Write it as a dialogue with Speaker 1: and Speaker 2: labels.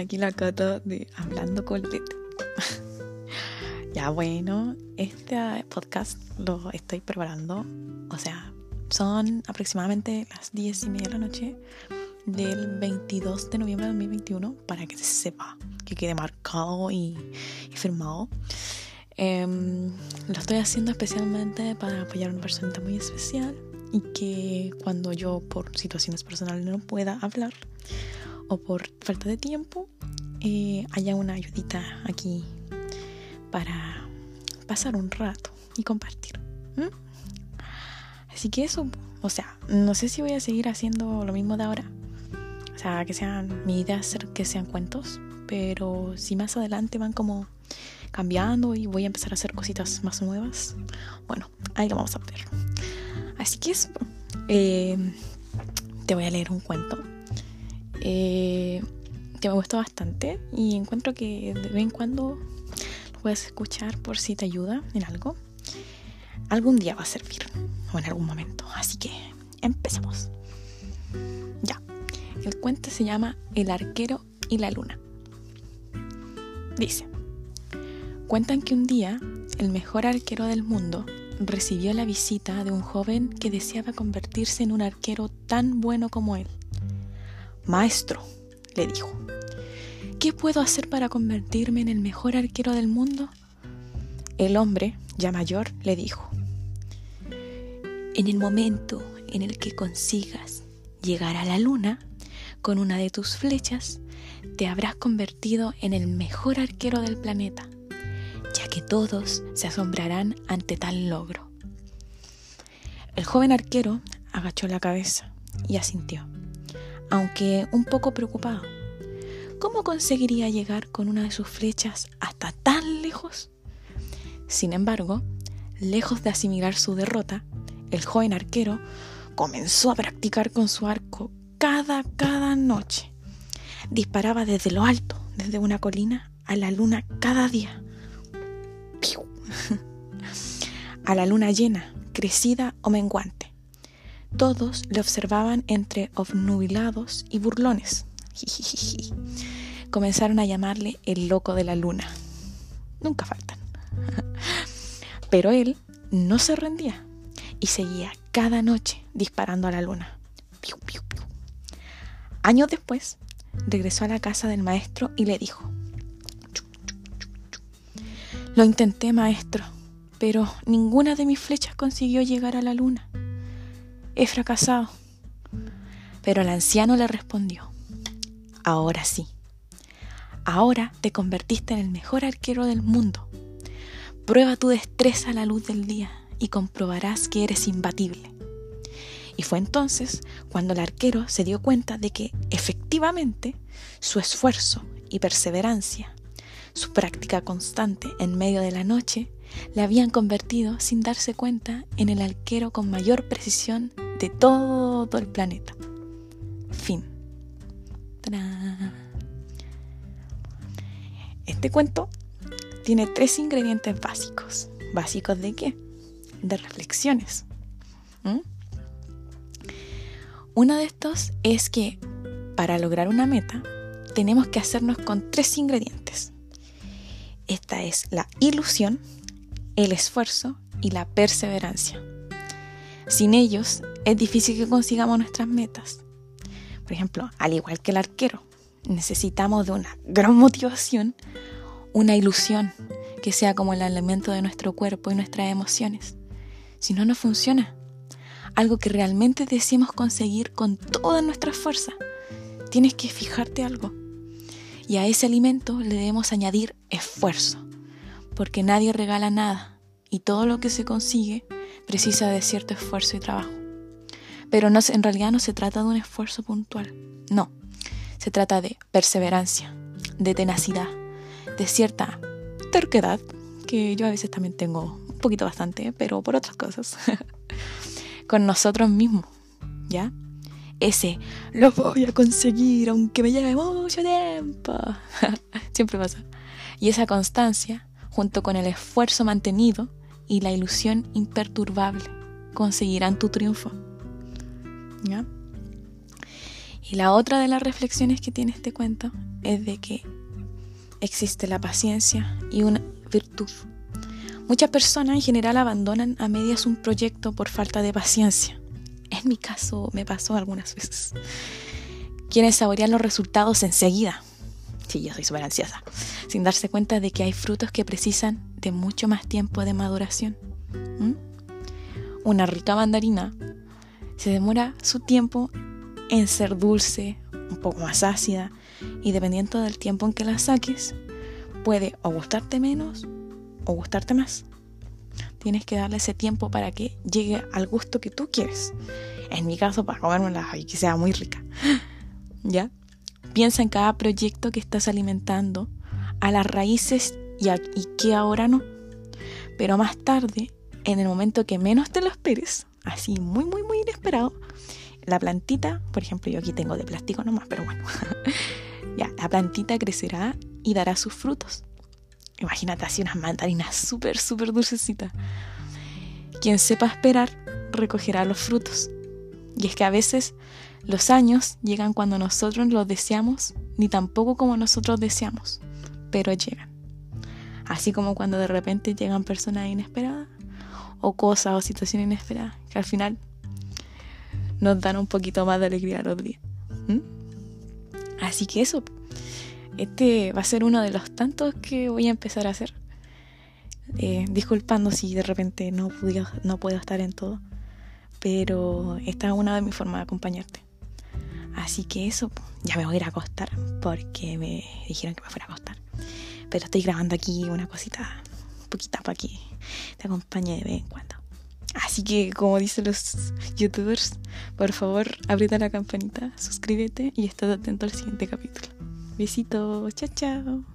Speaker 1: Aquí la Cata de Hablando con Lete. Ya bueno, este podcast lo estoy preparando. O sea, son aproximadamente las 10:30 de la noche del 22 de noviembre de 2021, para que se sepa, que quede marcado y firmado. Lo estoy haciendo especialmente para apoyar a una persona muy especial, y que cuando yo por situaciones personales no pueda hablar o por falta de tiempo, haya una ayudita aquí para pasar un rato y compartir. Así que eso, o sea, no sé si voy a seguir haciendo lo mismo de ahora. O sea, mi idea es que sean cuentos, pero si más adelante van como cambiando y voy a empezar a hacer cositas más nuevas, bueno, ahí lo vamos a ver. Así que eso, te voy a leer un cuento que me gustó bastante y encuentro que de vez en cuando lo puedes escuchar por si te ayuda en algo. Algún día va a servir, o en algún momento. Así que empecemos. Ya, el cuento se llama El arquero y la luna. Dice: cuentan que un día el mejor arquero del mundo recibió la visita de un joven que deseaba convertirse en un arquero tan bueno como él. «Maestro», le dijo, «¿qué puedo hacer para convertirme en el mejor arquero del mundo?» El hombre, ya mayor, le dijo: «En el momento en el que consigas llegar a la luna, con una de tus flechas, te habrás convertido en el mejor arquero del planeta, ya que todos se asombrarán ante tal logro». El joven arquero agachó la cabeza y asintió, aunque un poco preocupado. ¿Cómo conseguiría llegar con una de sus flechas hasta tan lejos? Sin embargo, lejos de asimilar su derrota, el joven arquero comenzó a practicar con su arco cada noche. Disparaba desde lo alto, desde una colina, a la luna cada día. ¡Piu! A la luna llena, crecida o menguante. Todos le observaban entre obnubilados y burlones. Jijijiji. Comenzaron a llamarle el loco de la luna. Nunca faltan. Pero él no se rendía y seguía cada noche disparando a la luna. Piu, piu, piu. Años después, regresó a la casa del maestro y le dijo: «Lo intenté, maestro, pero ninguna de mis flechas consiguió llegar a la luna. He fracasado». Pero el anciano le respondió: «Ahora sí. Ahora te convertiste en el mejor arquero del mundo. Prueba tu destreza a la luz del día y comprobarás que eres imbatible». Y fue entonces cuando el arquero se dio cuenta de que, efectivamente, su esfuerzo y perseverancia, su práctica constante en medio de la noche, le habían convertido, sin darse cuenta, en el arquero con mayor precisión de todo el planeta. Fin. ¡Tarán! Este cuento tiene 3 ingredientes básicos. ¿Básicos de qué? De reflexiones. Uno de estos es que para lograr una meta tenemos que hacernos con 3 ingredientes. Esta es la ilusión, el esfuerzo y la perseverancia. Sin ellos es difícil que consigamos nuestras metas. Por ejemplo, al igual que el arquero, necesitamos de una gran motivación, una ilusión que sea como el alimento de nuestro cuerpo y nuestras emociones. Si no, no funciona. Algo que realmente deseemos conseguir con toda nuestra fuerza. Tienes que fijarte algo. Y a ese alimento le debemos añadir esfuerzo, porque nadie regala nada y todo lo que se consigue precisa de cierto esfuerzo y trabajo. Pero en realidad no se trata de un esfuerzo puntual, no. Se trata de perseverancia, de tenacidad, de cierta terquedad, que yo a veces también tengo un poquito bastante, pero por otras cosas, con nosotros mismos, ¿ya? Ese, lo voy a conseguir aunque me lleve mucho tiempo. Siempre pasa. Y esa constancia, junto con el esfuerzo mantenido y la ilusión imperturbable, conseguirán tu triunfo, ¿ya? Y la otra de las reflexiones que tiene este cuento es de que existe la paciencia y una virtud. Muchas personas en general abandonan a medias un proyecto por falta de paciencia. En mi caso me pasó algunas veces. Quieren saborear los resultados enseguida. Sí, yo soy súper ansiosa. Sin darse cuenta de que hay frutos que precisan de mucho más tiempo de maduración. Una rica mandarina se demora su tiempo en ser dulce, un poco más ácida, y dependiendo del tiempo en que la saques, puede o gustarte menos o gustarte más. Tienes que darle ese tiempo para que llegue al gusto que tú quieres. En mi caso, para comérmela y que sea muy rica. ¿Ya? Piensa en cada proyecto que estás alimentando, a las raíces y que ahora no. Pero más tarde, en el momento que menos te lo esperes, así muy, muy, muy inesperado, la plantita, por ejemplo, yo aquí tengo de plástico nomás, pero bueno, ya, la plantita crecerá y dará sus frutos. Imagínate así unas mandarinas súper, súper dulcecitas. Quien sepa esperar, recogerá los frutos. Y es que a veces los años llegan cuando nosotros los deseamos, ni tampoco como nosotros deseamos, pero llegan. Así como cuando de repente llegan personas inesperadas, o cosas o situaciones inesperadas, que al final nos dan un poquito más de alegría a los días. Así que eso, este va a ser uno de los tantos que voy a empezar a hacer. Disculpando si de repente no puedo estar en todo, pero esta es una de mis formas de acompañarte. Así que eso, ya me voy a ir a acostar porque me dijeron que me fuera a acostar. Pero estoy grabando aquí una cosita poquita para que te acompañe de vez en cuando. Así que, como dicen los youtubers, por favor, aprieta la campanita, suscríbete y estás atento al siguiente capítulo. Besitos, chao, chao.